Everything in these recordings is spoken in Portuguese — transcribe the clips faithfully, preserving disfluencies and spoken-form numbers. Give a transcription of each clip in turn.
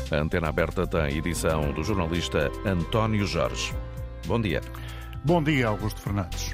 A Antena Aberta tem edição do jornalista António Jorge. Bom dia. Bom dia, Augusto Fernandes.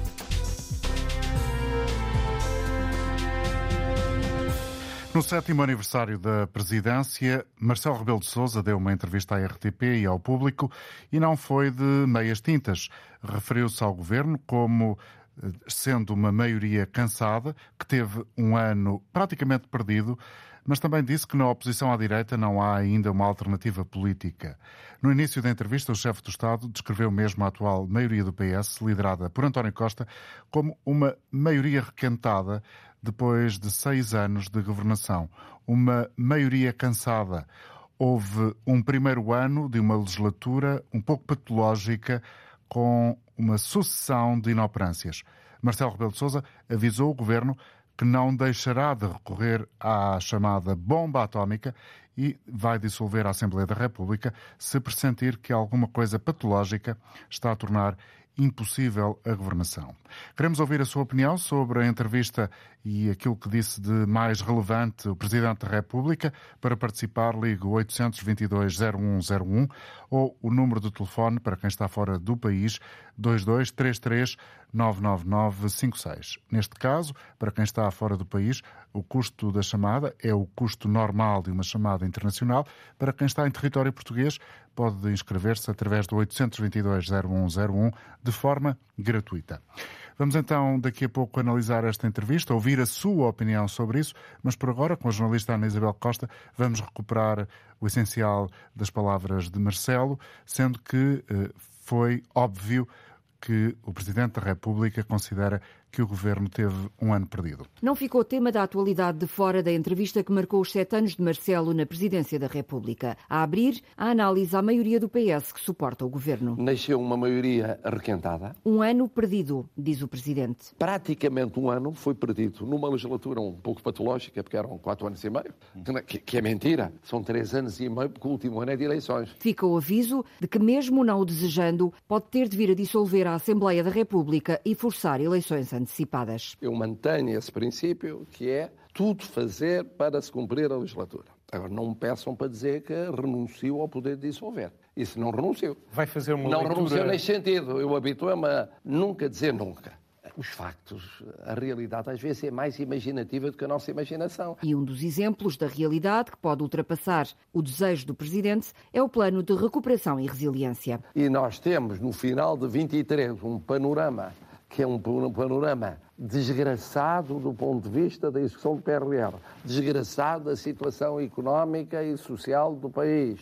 No sétimo aniversário da presidência, Marcelo Rebelo de Sousa deu uma entrevista à R T P e ao público e não foi de meias tintas. Referiu-se ao governo como sendo uma maioria cansada, que teve um ano praticamente perdido, mas também disse que na oposição à direita não há ainda uma alternativa política. No início da entrevista, o chefe do Estado descreveu mesmo a atual maioria do P S, liderada por António Costa, como uma maioria requentada depois de seis anos de governação. Uma maioria cansada. Houve um primeiro ano de uma legislatura um pouco patológica, com uma sucessão de inoperâncias. Marcelo Rebelo de Sousa avisou o governo que não deixará de recorrer à chamada bomba atómica e vai dissolver a Assembleia da República se pressentir que alguma coisa patológica está a tornar impossível a governação. Queremos ouvir a sua opinião sobre a entrevista e aquilo que disse de mais relevante o Presidente da República. Para participar, ligue oitocentos e vinte e dois, zero um zero um ou o número de telefone para quem está fora do país, dois dois três três nove nove nove cinco seis. Neste caso, para quem está fora do país, o custo da chamada é o custo normal de uma chamada internacional. Para quem está em território português, pode inscrever-se através do oitocentos e vinte e dois, zero um zero um de forma gratuita. Vamos então daqui a pouco analisar esta entrevista, ouvir a sua opinião sobre isso, mas por agora, com a jornalista Ana Isabel Costa, vamos recuperar o essencial das palavras de Marcelo, sendo que eh, foi óbvio que o Presidente da República considera que o Governo teve um ano perdido. Não ficou tema da atualidade de fora da entrevista que marcou os sete anos de Marcelo na Presidência da República. A abrir, a análise à maioria do P S que suporta o Governo. Nasceu uma maioria requentada. Um ano perdido, diz o Presidente. Praticamente um ano foi perdido numa legislatura um pouco patológica, porque eram quatro anos e meio, que, que é mentira. São três anos e meio, porque o último ano é de eleições. Fica o aviso de que, mesmo não o desejando, pode ter de vir a dissolver a Assembleia da República e forçar eleições antecipadas. Eu mantenho esse princípio, que é tudo fazer para se cumprir a legislatura. Agora, não me peçam para dizer que renuncio ao poder de dissolver. Isso não renuncio. Vai fazer uma não leitura... Não renuncio nesse sentido. Eu habituo-me a nunca dizer nunca. Os factos, a realidade às vezes é mais imaginativa do que a nossa imaginação. E um dos exemplos da realidade que pode ultrapassar o desejo do Presidente é o Plano de Recuperação e Resiliência. E nós temos, no final de vinte e três, um panorama que é um panorama desgraçado do ponto de vista da execução do P R R, desgraçado da situação económica e social do país.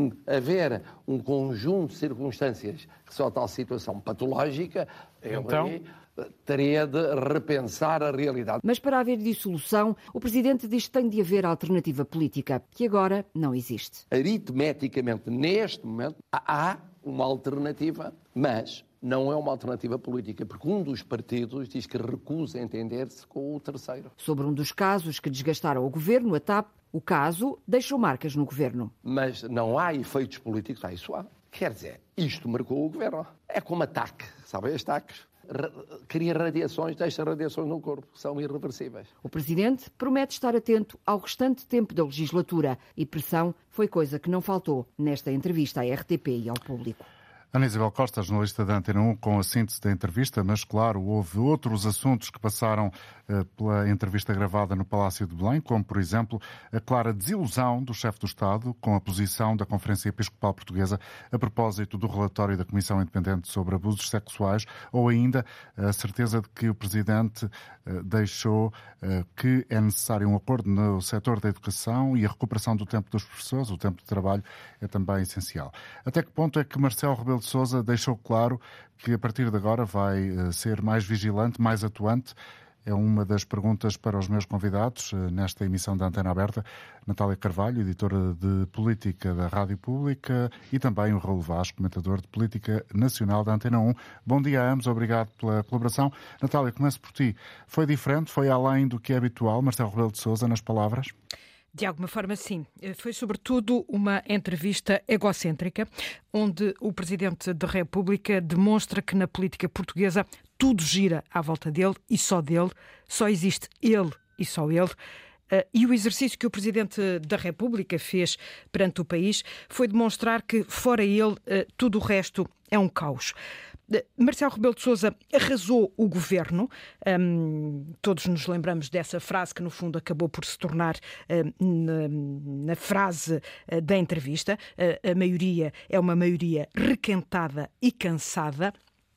Haver um conjunto de circunstâncias que só tal situação patológica, então... eu aí teria de repensar a realidade. Mas para haver dissolução, o Presidente diz que tem de haver alternativa política, que agora não existe. Aritmeticamente, neste momento, há uma alternativa, mas não é uma alternativa política, porque um dos partidos diz que recusa entender-se com o terceiro. Sobre um dos casos que desgastaram o Governo, a TAP, o caso deixou marcas no Governo. Mas não há efeitos políticos, há isso há. Quer dizer, isto marcou o Governo. É como ataque, sabem as ataques? Cria radiações, deixa radiações no corpo, que são irreversíveis. O Presidente promete estar atento ao restante tempo da legislatura e pressão foi coisa que não faltou nesta entrevista à R T P e ao público. Ana Isabel Costa, jornalista da Antena um, com a síntese da entrevista, mas, claro, houve outros assuntos que passaram uh, pela entrevista gravada no Palácio de Belém, como, por exemplo, a clara desilusão do chefe do Estado com a posição da Conferência Episcopal Portuguesa a propósito do relatório da Comissão Independente sobre Abusos Sexuais, ou ainda a certeza de que o Presidente uh, deixou uh, que é necessário um acordo no setor da educação e a recuperação do tempo dos professores, o tempo de trabalho é também essencial. Até que ponto é que Marcelo Rebelo de Sousa deixou claro que a partir de agora vai ser mais vigilante, mais atuante? É uma das perguntas para os meus convidados nesta emissão da Antena Aberta. Natália Carvalho, editora de Política da Rádio Pública, e também o Raul Vaz, comentador de Política Nacional da Antena um. Bom dia a ambos, obrigado pela colaboração. Natália, começo por ti. Foi diferente, foi além do que é habitual, Marcelo Rebelo de Sousa, nas palavras? De alguma forma, sim. Foi, sobretudo, uma entrevista egocêntrica, onde o Presidente da República demonstra que na política portuguesa tudo gira à volta dele e só dele, só existe ele e só ele. E o exercício que o Presidente da República fez perante o país foi demonstrar que, fora ele, tudo o resto é um caos. Marcelo Rebelo de Sousa arrasou o governo. Um, todos nos lembramos dessa frase que, no fundo, acabou por se tornar um, na, na frase uh, da entrevista. Uh, a maioria é uma maioria requentada e cansada.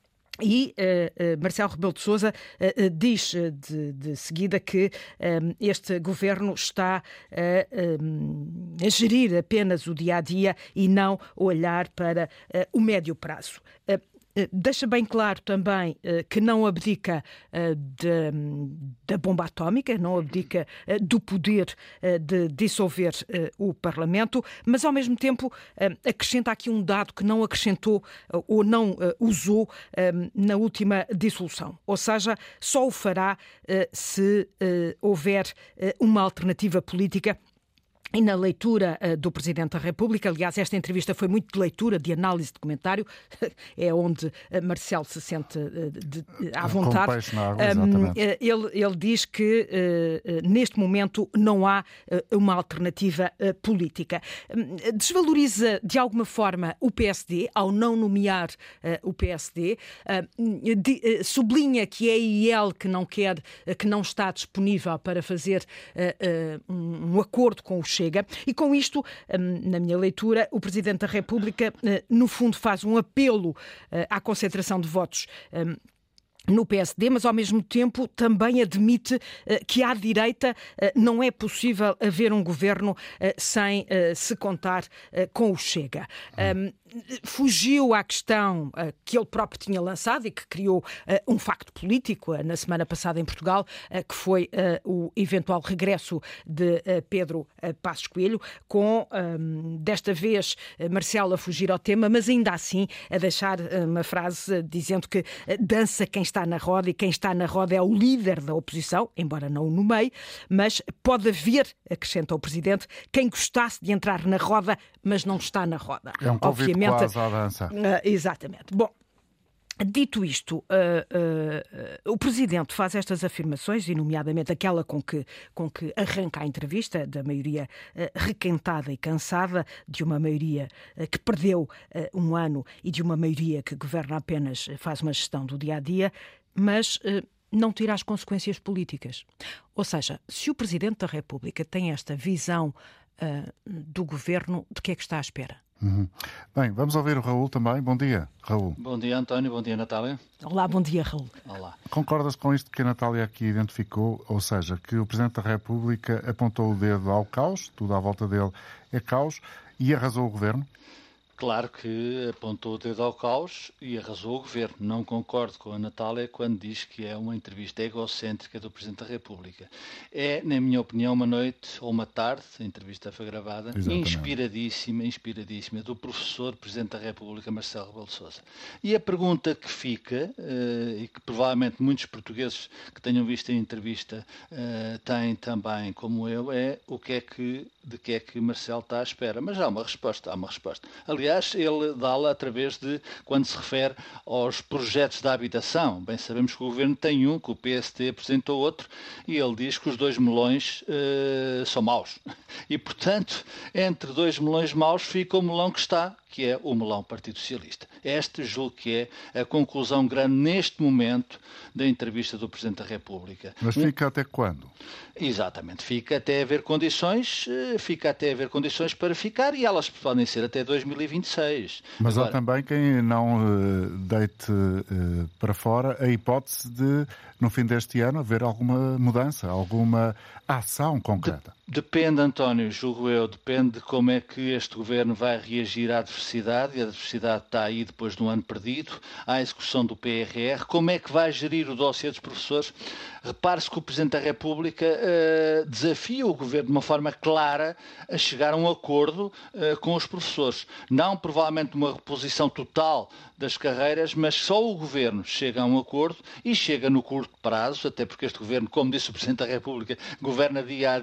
E uh, uh, Marcelo Rebelo de Sousa uh, uh, diz uh, de, de seguida que um, este governo está uh, um, a gerir apenas o dia-a-dia e não olhar para uh, o médio prazo. Uh, Deixa bem claro também uh, que não abdica uh, de, da bomba atómica, não abdica uh, do poder uh, de dissolver uh, o Parlamento, mas ao mesmo tempo uh, acrescenta aqui um dado que não acrescentou uh, ou não uh, usou uh, na última dissolução. Ou seja, só o fará uh, se uh, houver uh, uma alternativa política. E na leitura uh, do Presidente da República, aliás, esta entrevista foi muito de leitura, de análise de comentário, é onde uh, Marcelo se sente uh, de, de, à vontade. Com peixe na água, exatamente. Um, uh, ele, ele diz que uh, uh, neste momento não há uh, uma alternativa uh, política. Um, desvaloriza de alguma forma o P S D, ao não nomear uh, o P S D, uh, de, uh, sublinha que é ele que não quer, uh, que não está disponível para fazer uh, uh, um, um acordo com o Chega. E com isto, na minha leitura, o Presidente da República, no fundo, faz um apelo à concentração de votos no P S D, mas ao mesmo tempo também admite uh, que à direita uh, não é possível haver um governo uh, sem uh, se contar uh, com o Chega. Um, fugiu à questão uh, que ele próprio tinha lançado e que criou uh, um facto político uh, na semana passada em Portugal, uh, que foi uh, o eventual regresso de uh, Pedro uh, Passos Coelho, com um, desta vez uh, Marcelo a fugir ao tema, mas ainda assim a deixar uh, uma frase uh, dizendo que uh, dança quem está está na roda e quem está na roda é o líder da oposição, embora não o nomeie, mas pode haver, acrescenta o Presidente, quem gostasse de entrar na roda, mas não está na roda. É um convite Obviamente, quase à dança. Uh, exatamente. Bom, dito isto, uh, uh, uh, o Presidente faz estas afirmações, e nomeadamente aquela com que, com que arranca a entrevista, da maioria uh, requentada e cansada, de uma maioria uh, que perdeu uh, um ano e de uma maioria que governa apenas, uh, faz uma gestão do dia-a-dia, mas uh, não tira as consequências políticas. Ou seja, se o Presidente da República tem esta visão uh, do governo, de que é que está à espera? Uhum. Bem, vamos ouvir o Raul também. Bom dia, Raul. Bom dia, António. Bom dia, Natália. Olá, bom dia, Raul. Olá. Concordas com isto que a Natália aqui identificou? Ou seja, que o Presidente da República apontou o dedo ao caos, tudo à volta dele é caos, e arrasou o governo? Claro que apontou o dedo ao caos e arrasou o governo. Não concordo com a Natália quando diz que é uma entrevista egocêntrica do Presidente da República. É, na minha opinião, uma noite ou uma tarde, a entrevista foi gravada, Exatamente. inspiradíssima, inspiradíssima, do professor Presidente da República, Marcelo Rebelo de Sousa. E a pergunta que fica, uh, e que provavelmente muitos portugueses que tenham visto a entrevista uh, têm também, como eu, é o que é que, de que é que Marcelo está à espera. Mas há uma resposta, há uma resposta. Aliás, ele dá-la através de, quando se refere aos projetos da habitação. Bem, sabemos que o Governo tem um, que o P S D apresentou outro, e ele diz que os dois melões uh, são maus. E, portanto, entre dois melões maus fica o melão que está, que é o melão Partido Socialista. Esta, julgo que é a conclusão grande, neste momento, da entrevista do Presidente da República. Mas fica um... até quando? Exatamente. Fica até haver condições, fica até haver condições para ficar, e elas podem ser até dois mil e vinte e seis. Mas Agora... há também quem não uh, deite uh, para fora a hipótese de, no fim deste ano, haver alguma mudança, alguma ação concreta. De- depende, António, julgo eu, depende de como é que este Governo vai reagir à adversidade, e a adversidade está aí depois de um ano perdido, à execução do P R R, como é que vai gerir o dossiê dos professores. Repare-se que o Presidente da República uh, desafia o Governo de uma forma clara a chegar a um acordo uh, com os professores. Não provavelmente uma reposição total das carreiras, mas só o Governo chega a um acordo, e chega no curto prazo, até porque este Governo, como disse o Presidente da República, governa dia a dia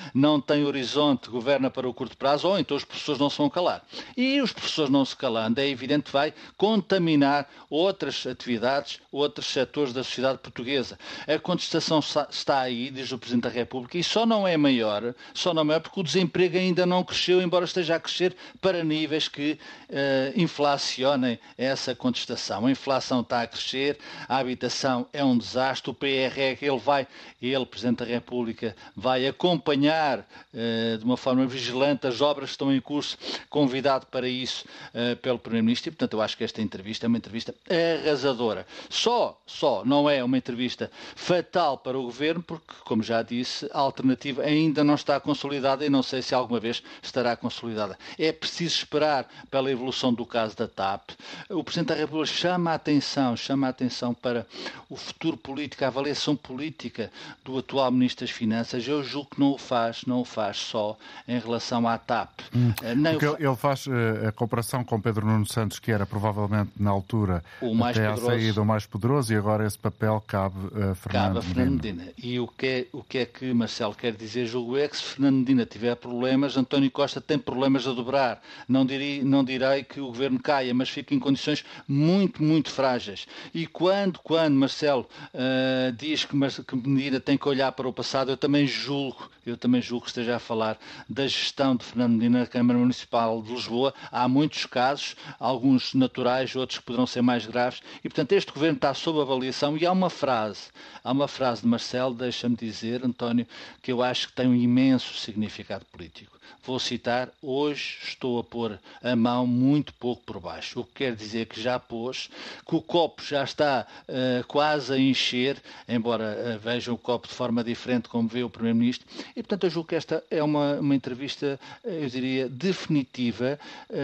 não tem horizonte, governa para o curto prazo, ou então os professores não se vão calar. E os professores não se calando, é evidente que vai contaminar outras atividades, outros setores da sociedade portuguesa. A contestação está aí, diz o Presidente da República, e só não é maior, só não é maior porque o desemprego ainda não cresceu, embora esteja a crescer para níveis que uh, inflacionem essa contestação. A inflação está a crescer, a habitação é um desastre, o P R E, ele vai, ele, Presidente da República, vai acompanhar uh, de uma forma vigilante as obras que estão em curso, convidado para isso uh, pelo Primeiro-Ministro, e portanto eu acho que esta entrevista é uma entrevista arrasadora. Só, só não é uma entrevista fatal para o Governo, porque, como já disse, a alternativa ainda não está consolidada e não sei se alguma vez estará consolidada. É preciso esperar pela evolução do caso da TAP. O Presidente da República chama a atenção, chama a atenção para o futuro político, a avaliação política do atual Ministro das Finanças. Eu julgo que não o faz, não o faz só em relação à TAP. Hum, Nem porque ele faz uh, a comparação com Pedro Nuno Santos, que era provavelmente na altura o mais até poderoso, à saída o mais poderoso, e agora esse papel cabe a Fernando cabe a Fernando Medina. Medina. E o que, é, o que é que Marcelo quer dizer, julgo é que se Fernando Medina tiver problemas, António Costa tem problemas a dobrar. Não direi, não direi que o Governo caia, mas fica em condições muito, muito frágeis. E quando, quando Marcelo uh, diz que, que Medina tem que olhar para o passado, eu também julgo, eu também julgo que esteja a falar da gestão de Fernando Medina na Câmara Municipal de Lisboa. Há muitos casos, alguns naturais, outros que poderão ser mais graves, e portanto este Governo está sob avaliação. E há uma frase, há uma frase de Marcelo, deixa-me dizer, António, que eu acho que tem um imenso significado político. Vou citar: hoje estou a pôr a mão muito pouco por baixo. O que quer dizer que já pôs, que o copo já está uh, quase a encher, embora uh, vejam o copo de forma diferente como vê o Primeiro-Ministro. E, portanto, eu julgo que esta é uma, uma entrevista, eu diria, definitiva,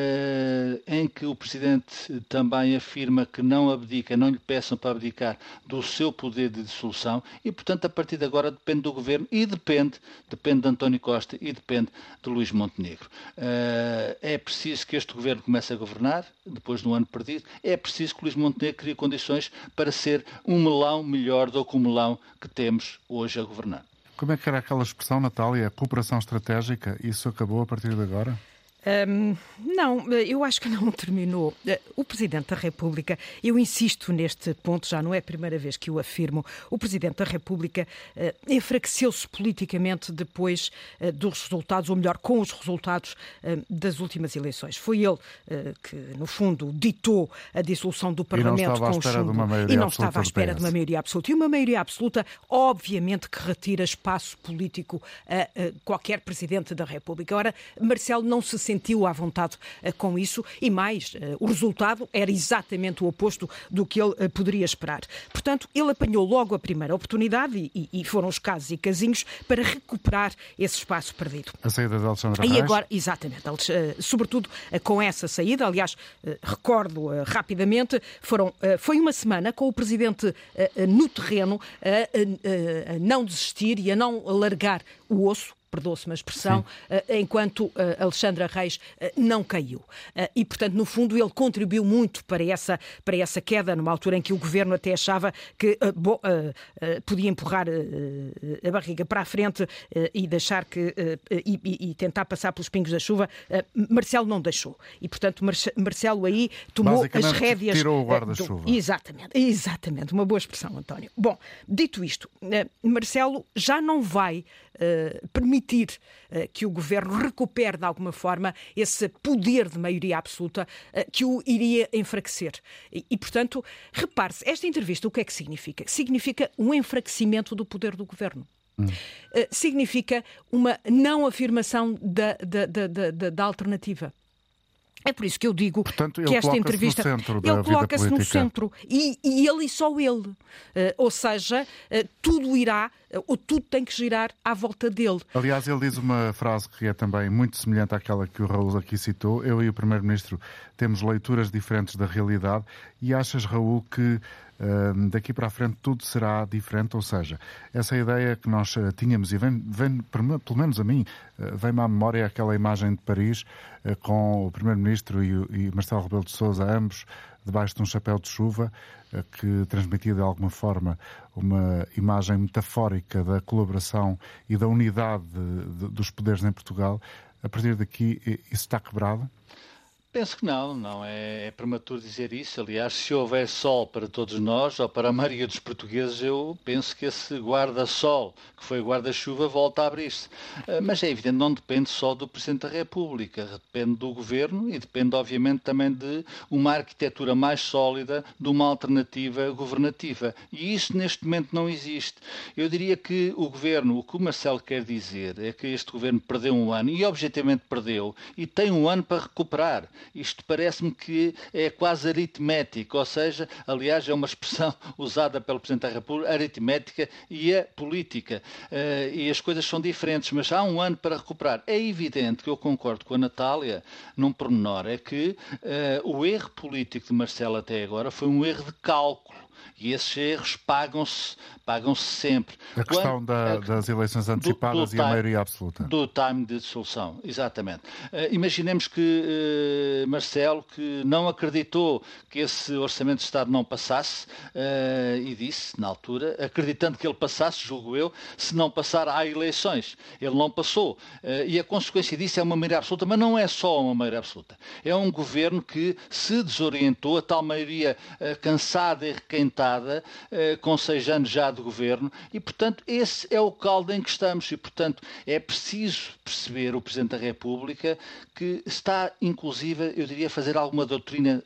uh, em que o Presidente também afirma que não abdica, não lhe peçam para abdicar do seu poder de dissolução e, portanto, a partir de agora depende do Governo e depende, depende de António Costa e depende de Luís Montenegro. Uh, é preciso que este Governo comece a governar, depois de um ano perdido. É preciso que Luís Montenegro crie condições para ser um melão melhor do que o melão que temos hoje a governar. Como é que era aquela expressão, Natália? Cooperação estratégica? Isso acabou a partir de agora? Um, não, eu acho que não terminou. O Presidente da República, eu insisto neste ponto, já não é a primeira vez que o afirmo, o Presidente da República uh, enfraqueceu-se politicamente depois uh, dos resultados, ou melhor, com os resultados uh, das últimas eleições. Foi ele uh, que, no fundo, ditou a dissolução do Parlamento com o chumbo e não estava à espera de uma maioria absoluta. E uma maioria absoluta, obviamente, que retira espaço político a, a qualquer Presidente da República. Ora, Marcelo não se sentiu à vontade uh, com isso e mais, uh, o resultado era exatamente o oposto do que ele uh, poderia esperar. Portanto, ele apanhou logo a primeira oportunidade e, e foram os casos e casinhos para recuperar esse espaço perdido. A saída de Alexandre Reis? E agora, exatamente, uh, sobretudo uh, com essa saída, aliás, uh, recordo uh, rapidamente, foram, uh, foi uma semana com o Presidente uh, uh, no terreno a uh, uh, uh, não desistir e a não largar o osso, perdoa-se uma expressão, uh, enquanto uh, Alexandre Reis uh, não caiu. Uh, e, portanto, no fundo, ele contribuiu muito para essa, para essa queda, numa altura em que o Governo até achava que uh, bo, uh, uh, podia empurrar uh, a barriga para a frente uh, e deixar que uh, e, e tentar passar pelos pingos da chuva. Uh, Marcelo não deixou. E, portanto, Marce, Marcelo aí tomou as rédeas. Tirou o guarda-chuva. Uh, exatamente, exatamente. Uma boa expressão, António. Bom, dito isto, uh, Marcelo já não vai uh, permitir permitir uh, que o Governo recupere de alguma forma esse poder de maioria absoluta uh, que o iria enfraquecer. E, e, portanto, repare-se, esta entrevista o que é que significa? Significa um enfraquecimento do poder do Governo. Hum. Uh, significa uma não afirmação da, da, da, da, da alternativa. É por isso que eu digo Portanto, que esta entrevista... Ele coloca-se no centro. E, e ele e só ele. Uh, ou seja, uh, tudo irá, uh, ou tudo tem que girar à volta dele. Aliás, ele diz uma frase que é também muito semelhante àquela que o Raul aqui citou. Eu e o Primeiro-Ministro temos leituras diferentes da realidade. E achas, Raul, que uh, daqui para a frente tudo será diferente? Ou seja, essa ideia que nós uh, tínhamos, e vem, vem, pelo menos a mim, uh, vem-me à memória aquela imagem de Paris uh, com o Primeiro-Ministro e, e Marcelo Rebelo de Sousa, ambos debaixo de um chapéu de chuva, que transmitia de alguma forma uma imagem metafórica da colaboração e da unidade de, de, dos poderes em Portugal. A partir daqui, isso está quebrado? Penso que não, não é, é prematuro dizer isso. Aliás, se houver sol para todos nós, ou para a maioria dos portugueses, eu penso que esse guarda-sol, que foi guarda-chuva, volta a abrir-se. Mas é evidente, não depende só do Presidente da República, depende do Governo e depende, obviamente, também de uma arquitetura mais sólida, de uma alternativa governativa. E isso, neste momento, não existe. Eu diria que o Governo, o que o Marcelo quer dizer, é que este Governo perdeu um ano, e objetivamente perdeu, e tem um ano para recuperar. Isto parece-me que é quase aritmético, ou seja, aliás, é uma expressão usada pelo Presidente da República, aritmética e a política. Uh, e as coisas são diferentes, mas há um ano para recuperar. É evidente que eu concordo com a Natália num pormenor, é que uh, o erro político de Marcelo até agora foi um erro de cálculo. E esses erros pagam-se pagam-se sempre. A questão Quando, da, a, das eleições antecipadas do, do e a time, maioria absoluta. Do time de dissolução, exatamente. Uh, imaginemos que uh, Marcelo, que não acreditou que esse Orçamento de Estado não passasse, uh, e disse, na altura, acreditando que ele passasse, julgo eu, se não passar há eleições. Ele não passou. Uh, e a consequência disso é uma maioria absoluta, mas não é só uma maioria absoluta. É um governo que se desorientou, a tal maioria uh, cansada e requentada, uh, com seis anos já de governo, e, portanto, esse é o caldo em que estamos. E, portanto, é preciso perceber o Presidente da República que está, inclusive, eu diria, a fazer alguma doutrina,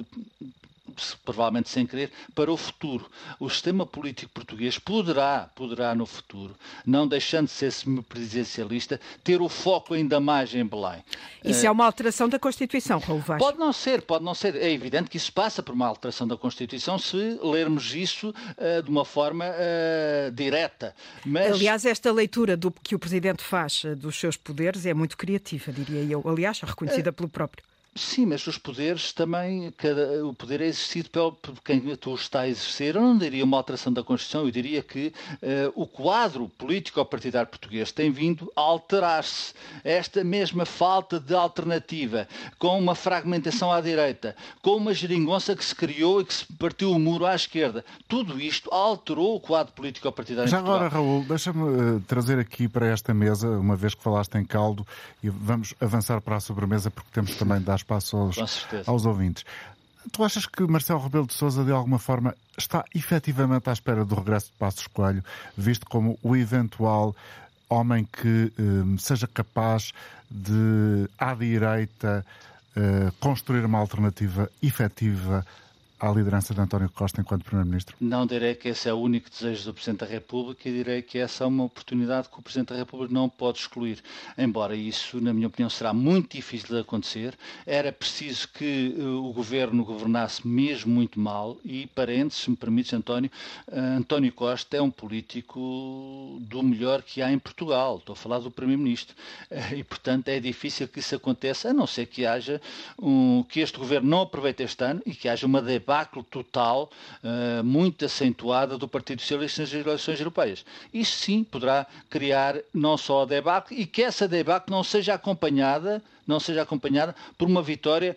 provavelmente sem querer, para o futuro. O sistema político português poderá, poderá no futuro, não deixando de ser semipresidencialista, ter o foco ainda mais em Belém. Isso uh, é uma alteração da Constituição, Raul Vaz? Pode não ser, pode não ser. É evidente que isso passa por uma alteração da Constituição se lermos isso uh, de uma forma uh, direta. Mas... Aliás, esta leitura do que o Presidente faz uh, dos seus poderes é muito criativa, diria eu. Aliás, reconhecida uh... pelo próprio. Sim, mas os poderes também, cada, o poder é exercido pelo, por quem tu está a exercer. Eu não diria uma alteração da Constituição, eu diria que uh, o quadro político-partidário português tem vindo a alterar-se. Esta mesma falta de alternativa, com uma fragmentação à direita, com uma geringonça que se criou e que se partiu o muro à esquerda. Tudo isto alterou o quadro político-partidário Já em Portugal. agora, Raul, deixa-me uh, trazer aqui para esta mesa, uma vez que falaste em caldo, e vamos avançar para a sobremesa, porque temos também de dar espaço aos, aos ouvintes. Tu achas que Marcelo Rebelo de Sousa, de alguma forma, está efetivamente à espera do regresso de Passos Coelho, visto como o eventual homem que eh, seja capaz de, à direita, eh, construir uma alternativa efetiva à liderança de António Costa enquanto Primeiro-Ministro? Não direi que esse é o único desejo do Presidente da República e direi que essa é uma oportunidade que o Presidente da República não pode excluir. Embora isso, na minha opinião, será muito difícil de acontecer. Era preciso que uh, o Governo governasse mesmo muito mal e, parênteses, se me permites, António, uh, António Costa é um político do melhor que há em Portugal. Estou a falar do Primeiro-Ministro. Uh, e, portanto, é difícil que isso aconteça, a não ser que haja um, que este Governo não aproveite este ano e que haja uma debate total, uh, muito acentuada do Partido Socialista nas eleições europeias. Isso sim poderá criar não só a debacle e que essa debacle não seja acompanhada não seja acompanhada por uma vitória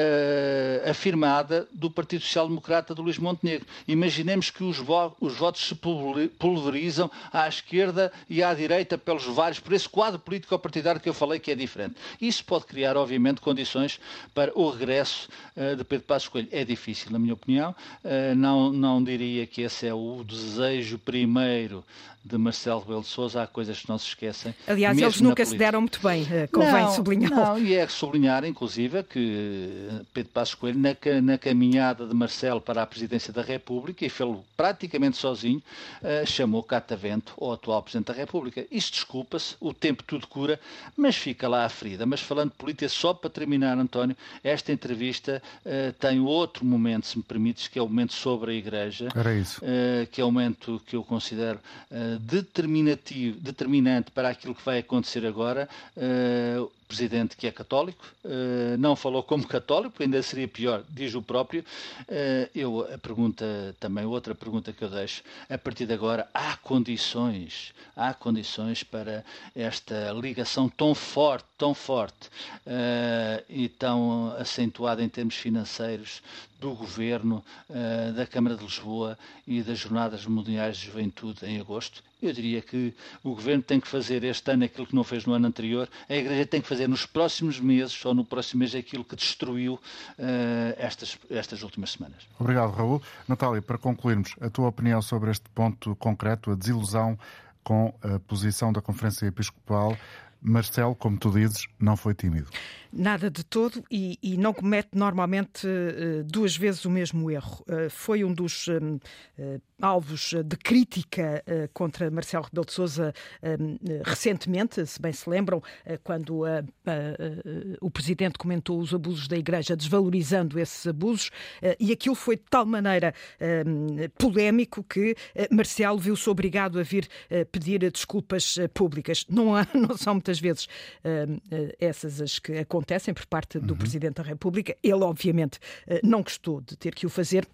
uh, afirmada do Partido Social Democrata do Luís Montenegro. Imaginemos que os, vo- os votos se pulverizam à esquerda e à direita pelos vários, por esse quadro político-partidário que eu falei que é diferente. Isso pode criar, obviamente, condições para o regresso uh, de Pedro Passos Coelho. É difícil, na minha opinião. Uh, não, não diria que esse é o desejo primeiro de Marcelo Rebelo de Sousa. Há coisas que não se esquecem. Aliás, eles nunca se deram muito bem, convém sublinhar. Não, e é sublinhar, inclusive, que Pedro Passos Coelho, na, na caminhada de Marcelo para a presidência da República, e fez-lo praticamente sozinho, uh, chamou catavento ao atual Presidente da República. Isso desculpa-se, o tempo tudo cura, mas fica lá a ferida. Mas falando de política, só para terminar, António, esta entrevista uh, tem outro momento, se me permites, que é o momento sobre a Igreja. Era isso. Uh, que é o momento que eu considero uh, determinativo, determinante para aquilo que vai acontecer agora. Uh, Presidente que é católico, não falou como católico, ainda seria pior, diz o próprio. Eu, a pergunta, também outra pergunta que eu deixo, a partir de agora, há condições, há condições para esta ligação tão forte, tão forte e tão acentuada em termos financeiros do Governo, da Câmara de Lisboa e das Jornadas Mundiais de Juventude em agosto? Eu diria que o Governo tem que fazer este ano aquilo que não fez no ano anterior, a Igreja tem que fazer nos próximos meses ou no próximo mês aquilo que destruiu uh, estas, estas últimas semanas. Obrigado, Raul. Natália, para concluirmos, a tua opinião sobre este ponto concreto, a desilusão com a posição da Conferência Episcopal. Marcelo, como tu dizes, não foi tímido. Nada de todo e, e não comete normalmente uh, duas vezes o mesmo erro. Uh, foi um dos um, uh, alvos de crítica uh, contra Marcelo Rebelo de Sousa um, uh, recentemente, se bem se lembram, uh, quando uh, uh, uh, o Presidente comentou os abusos da Igreja, desvalorizando esses abusos, uh, e aquilo foi de tal maneira uh, polémico que uh, Marcelo viu-se obrigado a vir uh, pedir desculpas uh, públicas. Não, há, não são muitas vezes uh, uh, essas as que acontecem acontecem por parte do uhum. Presidente da República. Ele, obviamente, não gostou de ter que o fazer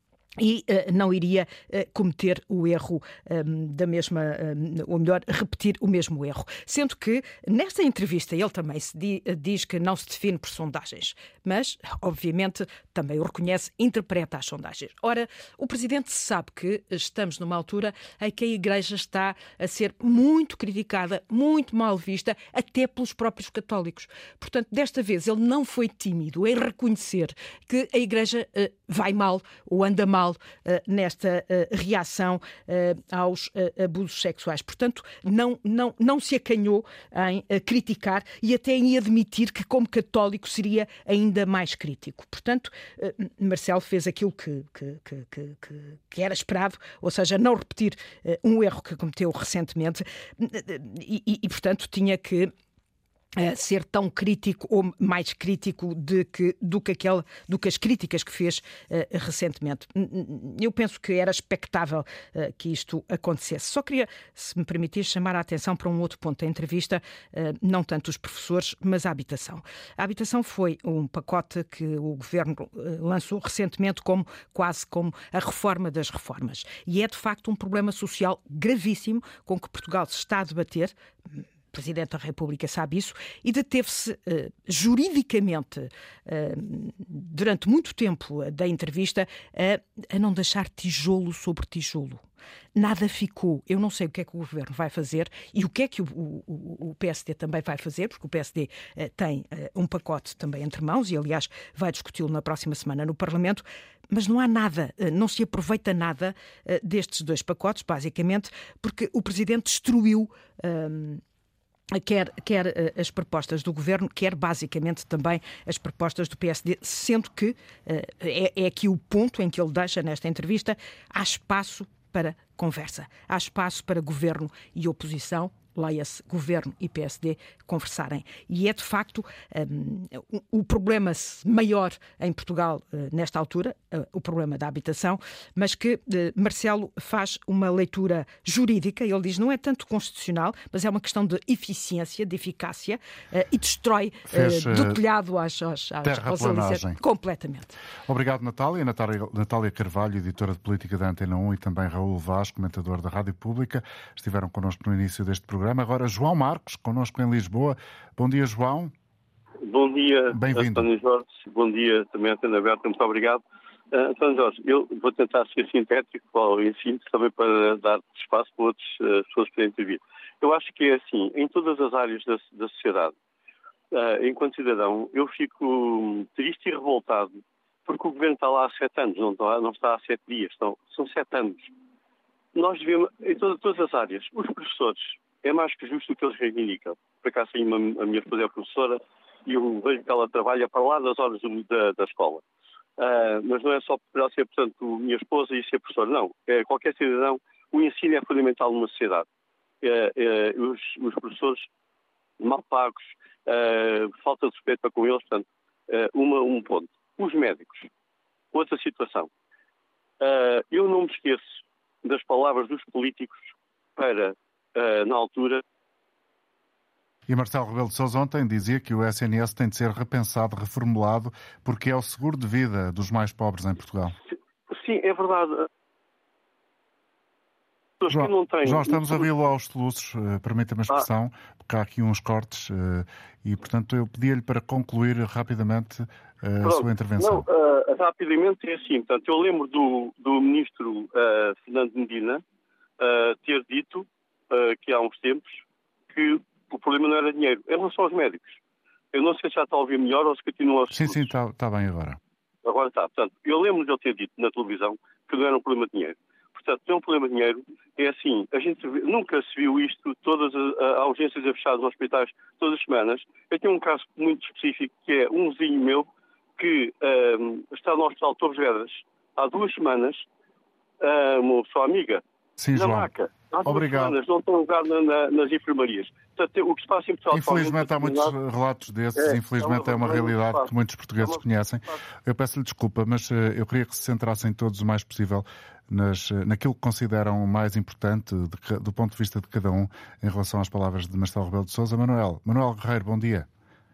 e uh, não iria uh, cometer o erro um, da mesma, um, ou melhor, repetir o mesmo erro. Sendo que, nesta entrevista, ele também se di, uh, diz que não se define por sondagens, mas, obviamente, também o reconhece, interpreta as sondagens. Ora, o Presidente sabe que estamos numa altura em que a Igreja está a ser muito criticada, muito mal vista, até pelos próprios católicos. Portanto, desta vez, ele não foi tímido em reconhecer que a Igreja uh, vai mal ou anda mal Uh, nesta uh, reação uh, aos uh, abusos sexuais. Portanto, não, não, não se acanhou em uh, criticar e até em admitir que, como católico, seria ainda mais crítico. Portanto, uh, Marcelo fez aquilo que, que, que, que, que era esperado, ou seja, não repetir uh, um erro que cometeu recentemente uh, e, e, e, portanto, tinha que Uh, ser tão crítico ou mais crítico de que, do, que aquele, do que as críticas que fez uh, recentemente. Eu penso que era expectável uh, que isto acontecesse. Só queria, se me permitires, chamar a atenção para um outro ponto da entrevista, uh, não tanto os professores, mas a habitação. A habitação foi um pacote que o Governo uh, lançou recentemente como quase como a reforma das reformas. E é, de facto, um problema social gravíssimo com que Portugal se está a debater. O Presidente da República sabe isso, e deteve-se uh, juridicamente uh, durante muito tempo uh, da entrevista uh, a não deixar tijolo sobre tijolo. Nada ficou. Eu não sei o que é que o Governo vai fazer e o que é que o, o, o P S D também vai fazer, porque o P S D uh, tem uh, um pacote também entre mãos e, aliás, vai discuti-lo na próxima semana no Parlamento, mas não há nada, uh, não se aproveita nada uh, destes dois pacotes, basicamente, porque o Presidente destruiu Uh, Quer, quer uh, as propostas do Governo, quer basicamente também as propostas do P S D, sendo que uh, é, é aqui o ponto em que ele deixa nesta entrevista, há espaço para conversa, há espaço para Governo e oposição, leia-se Governo e P S D, conversarem. E é, de facto, um, o problema maior em Portugal uh, nesta altura, uh, o problema da habitação, mas que uh, Marcelo faz uma leitura jurídica, ele diz não é tanto constitucional, mas é uma questão de eficiência, de eficácia, uh, e destrói Fez, uh, do telhado às, às, às terraplanagem. Completamente. Obrigado, Natália. Natália. Natália Carvalho, editora de política da Antena um, e também Raul Vaz, comentador da Rádio Pública, estiveram connosco no início deste programa. Agora, João Marcos, connosco em Lisboa. Bom dia, João. Bom dia, Bem-vindo. António Jorge. Bom dia também, Antena Aberta. Muito obrigado. Uh, António Jorge, eu vou tentar ser sintético ao ensino, também para dar espaço para outras uh, pessoas poderem intervir. Eu acho que é assim, em todas as áreas da, da sociedade, uh, enquanto cidadão, eu fico triste e revoltado, porque o Governo está lá há sete anos, não está, não está há sete dias, estão, são sete anos. Nós devemos, em todas, todas as áreas, os professores, é mais que justo o que eles reivindicam. Por acaso, uma, a minha esposa é professora e eu vejo que ela trabalha para lá das horas da, da escola. Uh, mas não é só por ela ser, portanto, minha esposa e ser professora. Não. É, qualquer cidadão, o ensino é fundamental numa sociedade. É, é, os, os professores mal pagos, uh, falta de respeito para com eles, portanto, uh, uma, um ponto. Os médicos, outra situação. Uh, eu não me esqueço das palavras dos políticos para, uh, na altura, E Marcelo Rebelo de Sousa ontem dizia que o S N S tem de ser repensado, reformulado, porque é o seguro de vida dos mais pobres em Portugal. Sim, é verdade. João, que não têm... João, estamos a vê-lo aos soluços, uh, permita-me a expressão, ah. porque há aqui uns cortes uh, e, portanto, eu pedi-lhe para concluir rapidamente uh, a sua intervenção. Não, uh, rapidamente é assim, portanto, eu lembro do, do ministro uh, Fernando Medina uh, ter dito uh, que há uns tempos que o problema não era dinheiro. Em relação aos médicos, eu não sei se já está a ouvir melhor ou se continua aos Sim, sim, está, está bem agora. Agora está. Portanto, eu lembro de ele ter dito na televisão que não era um problema de dinheiro. Portanto, não é um problema de dinheiro. É assim, a gente vê, nunca se viu isto, todas as, as urgências a fechar os hospitais todas as semanas. Eu tenho um caso muito específico que é um vizinho meu que um, está no Hospital de Torres Vedras há duas semanas, uma pessoa amiga, Sim, na João. maca. Há duas Obrigado. semanas, não estão a lugar na, na, nas enfermarias. Portanto, o que se passa em Portugal... Infelizmente há muitos relatos desses, é, infelizmente é uma, é uma realidade que muitos portugueses é uma... conhecem. Eu peço-lhe desculpa, mas uh, eu queria que se centrassem todos o mais possível nas, uh, naquilo que consideram o mais importante de, do ponto de vista de cada um em relação às palavras de Marcelo Rebelo de Sousa. Manuel, Manuel Guerreiro, bom dia.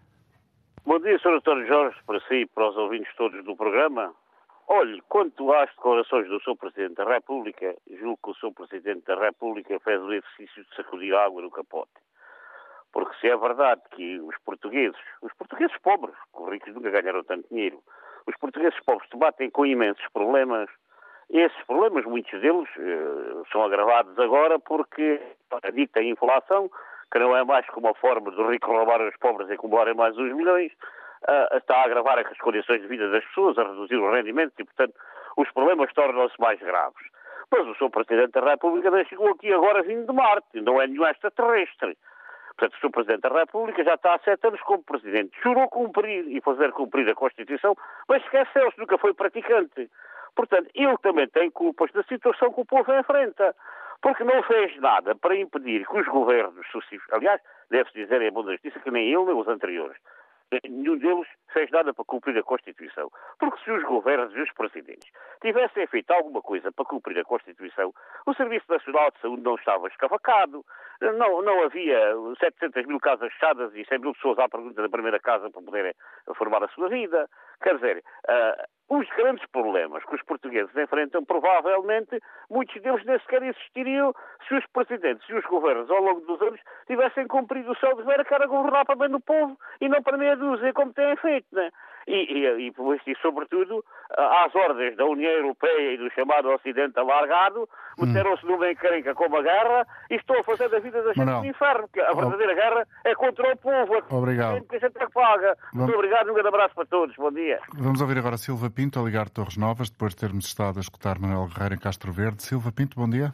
Bom dia, senhor António Jorge, para si e para os ouvintes todos do programa. Olhe, quanto às declarações do senhor Presidente da República, julgo que o senhor Presidente da República fez o exercício de sacudir a água no capote. Porque se é verdade que os portugueses, os portugueses pobres, que os ricos nunca ganharam tanto dinheiro, os portugueses pobres debatem com imensos problemas, e esses problemas, muitos deles, eh, são agravados agora porque a dita inflação, que não é mais que uma forma dos ricos roubarem os pobres e acumularem mais uns milhões, Uh, está a agravar as condições de vida das pessoas, a reduzir os rendimentos e, portanto, os problemas tornam-se mais graves. Mas o senhor Presidente da República não chegou aqui agora vindo de Marte, não é nenhum extraterrestre. Portanto, o senhor Presidente da República já está há sete anos como Presidente. Jurou cumprir e fazer cumprir a Constituição, mas esqueceu-se, nunca foi praticante. Portanto, ele também tem culpas da situação que o povo enfrenta. Porque não fez nada para impedir que os governos sucessivos, aliás, deve-se dizer em boa justiça que nem ele nem os anteriores, nenhum deles fez nada para cumprir a Constituição. Porque se os governos e os presidentes tivessem feito alguma coisa para cumprir a Constituição, o Serviço Nacional de Saúde não estava escavacado, não, não havia setecentas mil casas fechadas e cem mil pessoas à pergunta da primeira casa para poderem formar a sua vida. Quer dizer, uh, os grandes problemas que os portugueses enfrentam, provavelmente, muitos deles nem sequer existiriam se os presidentes e os governos, ao longo dos anos, tivessem cumprido o seu dever, que era governar para bem do povo e não para meia dúzia, como têm feito, né? E, e, e, e, sobretudo, às ordens da União Europeia e do chamado Ocidente alargado, meteram-se numa encrenca como a guerra e estão a fazer da vida da gente um inferno, porque a verdadeira guerra é contra o povo, é obrigado. Que a gente é que paga. Vamos... Muito obrigado, um grande abraço para todos, bom dia. Vamos ouvir agora Silva Pinto a ligar de Torres Novas, depois de termos estado a escutar Manuel Guerreiro em Castro Verde. Silva Pinto, bom dia.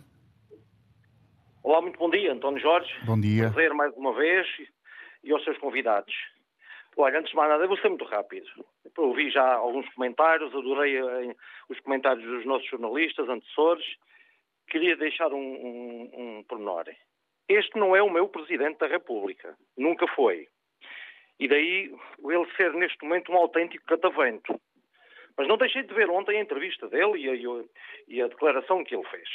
Olá, muito bom dia, António Jorge. Bom dia. Prazer mais uma vez e aos seus convidados. Olha, antes de mais nada, eu vou ser muito rápido. Eu ouvi já alguns comentários, adorei uh, os comentários dos nossos jornalistas, antecessores. Queria deixar um, um, um pormenor. Este não é o meu Presidente da República. Nunca foi. E daí ele ser neste momento um autêntico catavento. Mas não deixei de ver ontem a entrevista dele e a, e a declaração que ele fez.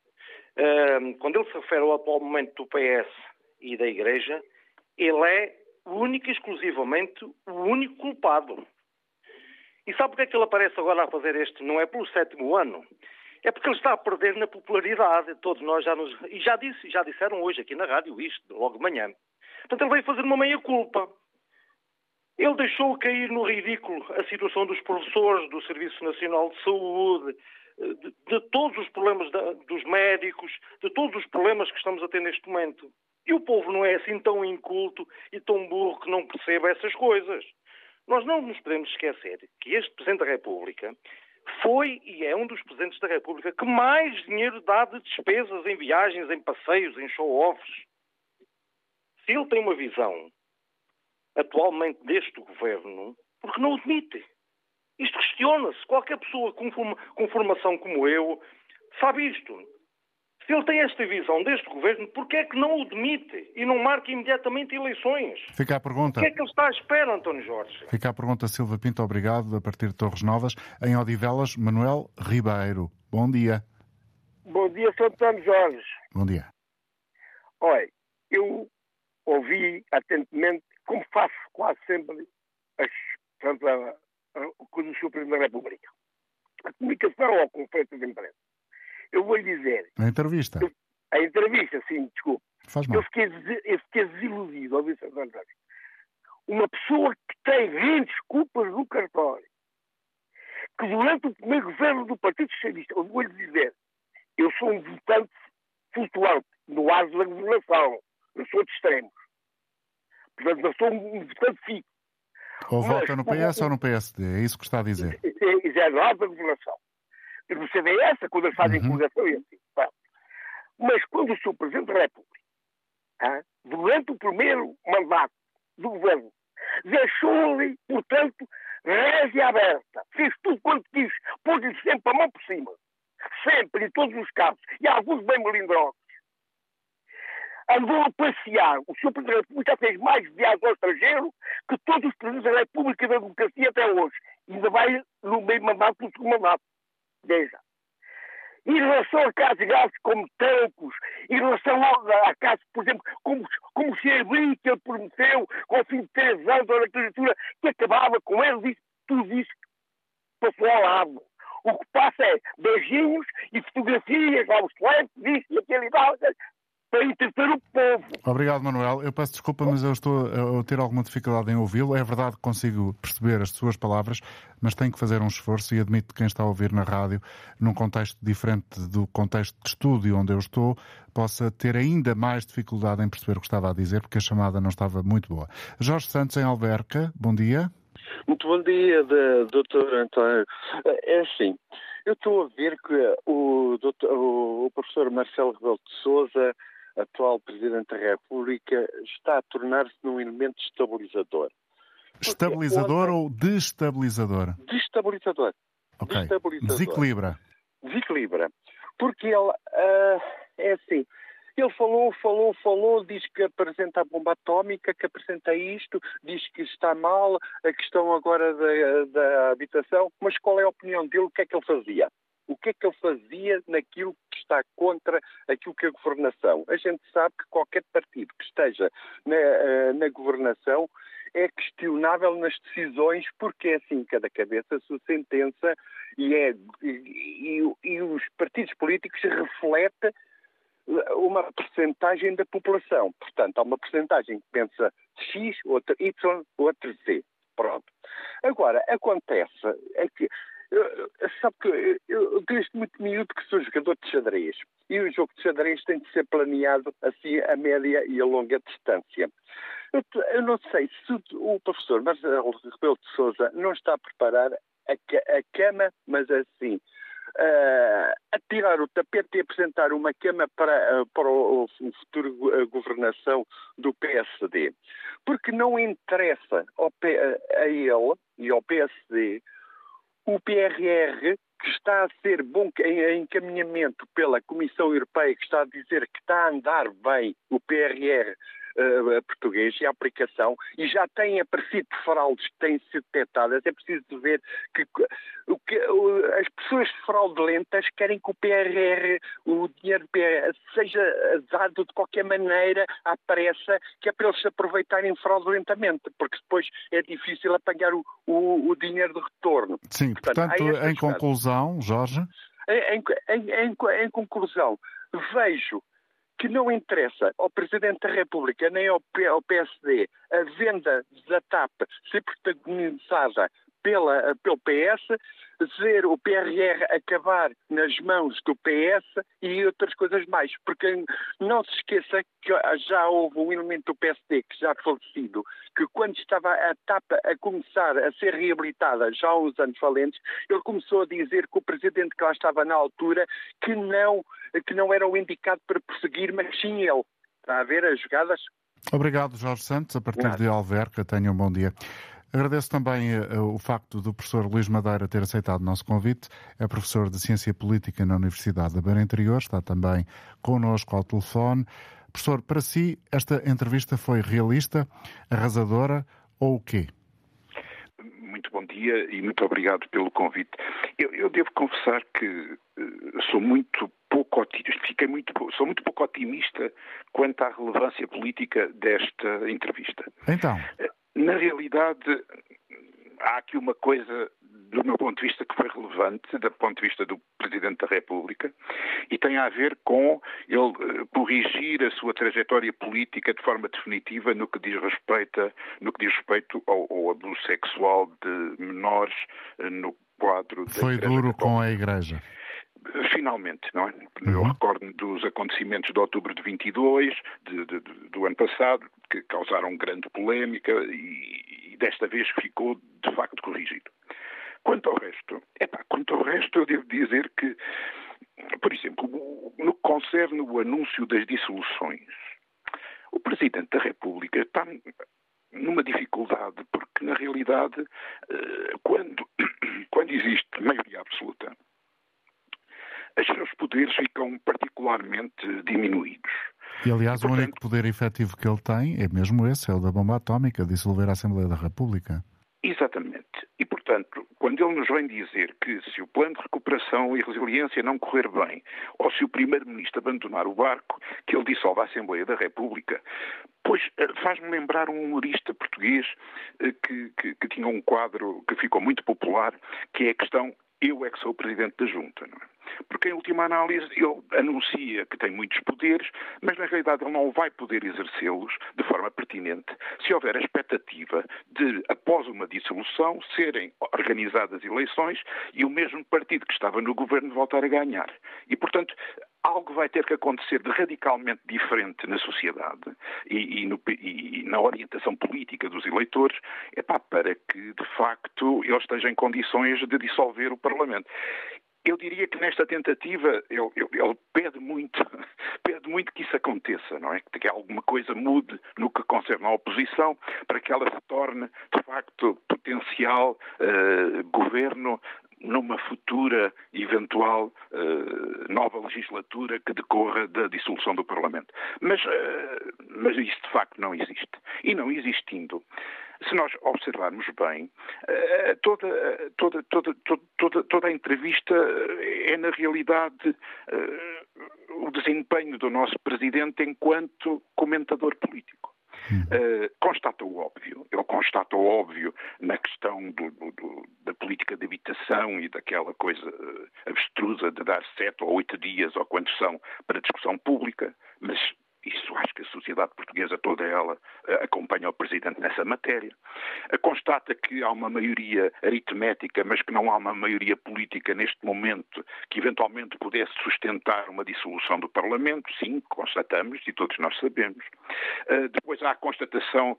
Uh, quando ele se refere ao atual momento do P S e da Igreja, ele é único e exclusivamente o único culpado. E sabe porque é que ele aparece agora a fazer este? Não é pelo sétimo ano. É porque ele está a perder na popularidade. Todos nós já nos... E já, disse, já disseram hoje aqui na rádio isto, logo de manhã. Portanto, ele veio fazer uma meia-culpa. Ele deixou cair no ridículo a situação dos professores, do Serviço Nacional de Saúde, de, de todos os problemas da, dos médicos, de todos os problemas que estamos a ter neste momento. E o povo não é assim tão inculto e tão burro que não perceba essas coisas. Nós não nos podemos esquecer que este Presidente da República foi e é um dos Presidentes da República que mais dinheiro dá de despesas em viagens, em passeios, em show-offs. Se ele tem uma visão atualmente deste governo, porque não o admite? Isto questiona-se. Qualquer pessoa com, forma, com formação como eu sabe isto. Se ele tem esta visão deste governo, porquê é que não o demite e não marca imediatamente eleições? Fica a pergunta. O que é que ele está à espera, António Jorge? Fica a pergunta, Silva Pinto, obrigado, a partir de Torres Novas. Em Odivelas, Manuel Ribeiro. Bom dia. Bom dia, senhor António Jorge. Bom dia. Olha, eu ouvi atentamente, como faço quase sempre, as, portanto, a, a, o senhor Presidente da República. A comunicação ou a conferência de imprensa. Eu vou lhe dizer... A entrevista. Eu, a entrevista, sim, desculpe. Faz mal. Eu fiquei, eu fiquei desiludido ao ouvir essa entrevista. Uma pessoa que tem grandes culpas no cartório, que durante o primeiro governo do Partido Socialista, eu vou lhe dizer, eu sou um votante flutuante, no ar da governação. Eu sou de extremos. Portanto, eu sou um votante fixo. Ou Mas, vota no P S ou no P S D, é isso que está a dizer. É no ar da governação. E no C D S, quando eles fazem uhum. coligação e assim. Tá. Mas quando o senhor Presidente da República, ah, durante o primeiro mandato do governo, deixou-lhe, portanto, régia aberta. Fez tudo quanto quis. Pôs-lhe sempre a mão por cima. Sempre, em todos os casos. E alguns bem melindrosos. Andou a passear. O senhor Presidente da República fez mais viagens ao estrangeiro que todos os Presidentes da República da democracia até hoje. E ainda vai no meio mandato do segundo mandato. Veja. Em relação a casos graves como tancos, em relação a, a casos, por exemplo, como, como o Xerri, que ele prometeu, com o fim de três anos da legislatura, que acabava com ele, isso, tudo isso passou ao lado. O que passa é beijinhos e fotografias aos telefones, isso e aquele e tal, para entreter o povo. Obrigado, Manuel. Eu peço desculpa, mas eu estou a ter alguma dificuldade em ouvi-lo. É verdade que consigo perceber as suas palavras, mas tenho que fazer um esforço e admito que quem está a ouvir na rádio, num contexto diferente do contexto de estúdio onde eu estou, possa ter ainda mais dificuldade em perceber o que estava a dizer, porque a chamada não estava muito boa. Jorge Santos, em Alverca, bom dia. Muito bom dia, doutor António. É assim, eu estou a ver que o, doutor, o professor Marcelo Rebelo de Sousa, atual Presidente da República, está a tornar-se num elemento estabilizador. Estabilizador ontem... ou destabilizador? Destabilizador. Ok. Destabilizador. Desequilibra. Desequilibra. Porque ele, uh, é assim, ele falou, falou, falou, diz que apresenta a bomba atómica, que apresenta isto, diz que está mal a questão agora da, da habitação, mas qual é a opinião dele, o que é que ele fazia? O que é que ele fazia naquilo que está contra aquilo que é a governação? A gente sabe que qualquer partido que esteja na, na governação é questionável nas decisões, porque é assim, cada cabeça a sua sentença e, é, e, e, e os partidos políticos refletem uma percentagem da população. Portanto, há uma percentagem que pensa X, outra Y, outra Z. Pronto. Agora, acontece é que Eu, sabe que eu, eu desde muito miúdo que sou jogador de xadrez e o jogo de xadrez tem de ser planeado assim a média e a longa distância. Eu, eu não sei se o, o professor Marcelo Rebelo de Sousa não está a preparar a, a cama, mas assim, uh, a tirar o tapete e apresentar uma cama para, uh, para o, o futuro uh, governação do P S D. Porque não interessa ao P, a ele e ao P S D o P R R, que está a ser bom em encaminhamento pela Comissão Europeia, que está a dizer que está a andar bem o P R R uh, português e a aplicação, e já têm aparecido fraudes que têm sido detectadas. É preciso ver que, o que o, as pessoas fraudulentas querem que o P R R, o dinheiro do P R R, seja dado de qualquer maneira à pressa, que é para eles se aproveitarem fraudulentamente, porque depois é difícil apanhar o, o, o dinheiro de retorno. Sim, portanto, portanto em conclusão, Jorge? Em, em, em, em conclusão, vejo que não interessa ao Presidente da República nem ao, P, ao P S D a venda da TAP ser protagonizada pela, pelo P S, ver o P R R acabar nas mãos do P S e outras coisas mais. Porque não se esqueça que já houve um elemento do P S D que já falecido, que quando estava a TAP a começar a ser reabilitada, já há uns anos valentes, ele começou a dizer que o Presidente que lá estava na altura que não, que não era o indicado para prosseguir, mas sim ele. Está a ver as jogadas? Obrigado, Jorge Santos. A partir Nada. de Alverca, tenha um bom dia. Agradeço também uh, o facto do professor Luís Madeira ter aceitado o nosso convite. É professor de Ciência Política na Universidade da Beira Interior, está também connosco ao telefone. Professor, para si, esta entrevista foi realista, arrasadora ou o quê? Muito bom dia e muito obrigado pelo convite. Eu, eu devo confessar que uh, sou muito pouco pouco otimista, fiquei muito, sou muito pouco otimista quanto à relevância política desta entrevista. Então? Na realidade, há aqui uma coisa, do meu ponto de vista, que foi relevante, do ponto de vista do Presidente da República, e tem a ver com ele corrigir a sua trajetória política de forma definitiva no que diz respeito, no que diz respeito ao, ao abuso sexual de menores no quadro da Foi Igreja duro Católica. com a Igreja. Finalmente, não é? Eu recordo dos acontecimentos de outubro de vinte e dois, de, de, de, do ano passado, que causaram grande polémica e, e desta vez ficou de facto corrigido. Quanto ao resto, epá, quanto ao resto eu devo dizer que, por exemplo, no que concerne o anúncio das dissoluções, o Presidente da República está numa dificuldade, porque na realidade, quando, quando existe maioria absoluta, os seus poderes ficam particularmente diminuídos. E, aliás, e, portanto, o único poder efetivo que ele tem é mesmo esse, é o da bomba atómica, dissolver a Assembleia da República. Exatamente. E, portanto, quando ele nos vem dizer que se o plano de recuperação e resiliência não correr bem, ou se o Primeiro-Ministro abandonar o barco, que ele dissolve a Assembleia da República, pois faz-me lembrar um humorista português que, que, que tinha um quadro que ficou muito popular, que é a questão "eu é que sou o Presidente da Junta", não é? Porque, em última análise, ele anuncia que tem muitos poderes, mas, na realidade, ele não vai poder exercê-los de forma pertinente se houver a expectativa de, após uma dissolução, serem organizadas eleições e o mesmo partido que estava no governo voltar a ganhar. E, portanto, algo vai ter que acontecer de radicalmente diferente na sociedade e, e, no, e na orientação política dos eleitores, epá, para que, de facto, ele esteja em condições de dissolver o Parlamento. Eu diria que nesta tentativa ele, ele, ele pede muito, pede muito que isso aconteça, não é? Que alguma coisa mude no que concerne à oposição para que ela se torne, de facto, potencial uh, governo numa futura eventual uh, nova legislatura que decorra da dissolução do Parlamento. Mas, uh, mas isso de facto não existe. E não existindo, se nós observarmos bem, uh, toda, toda, toda, toda, toda a entrevista é na realidade uh, o desempenho do nosso Presidente enquanto comentador político. Uh, constata o óbvio. Ele constata o óbvio na questão do, do, do, da política de habitação e daquela coisa uh, abstrusa de dar sete ou oito dias, ou quantos são, para discussão pública, mas isso acho que a sociedade portuguesa toda ela uh, acompanha o Presidente nessa matéria. Uh, constata que há uma maioria aritmética, mas que não há uma maioria política neste momento que eventualmente pudesse sustentar uma dissolução do Parlamento. Sim, constatamos e todos nós sabemos. Uh, depois há a constatação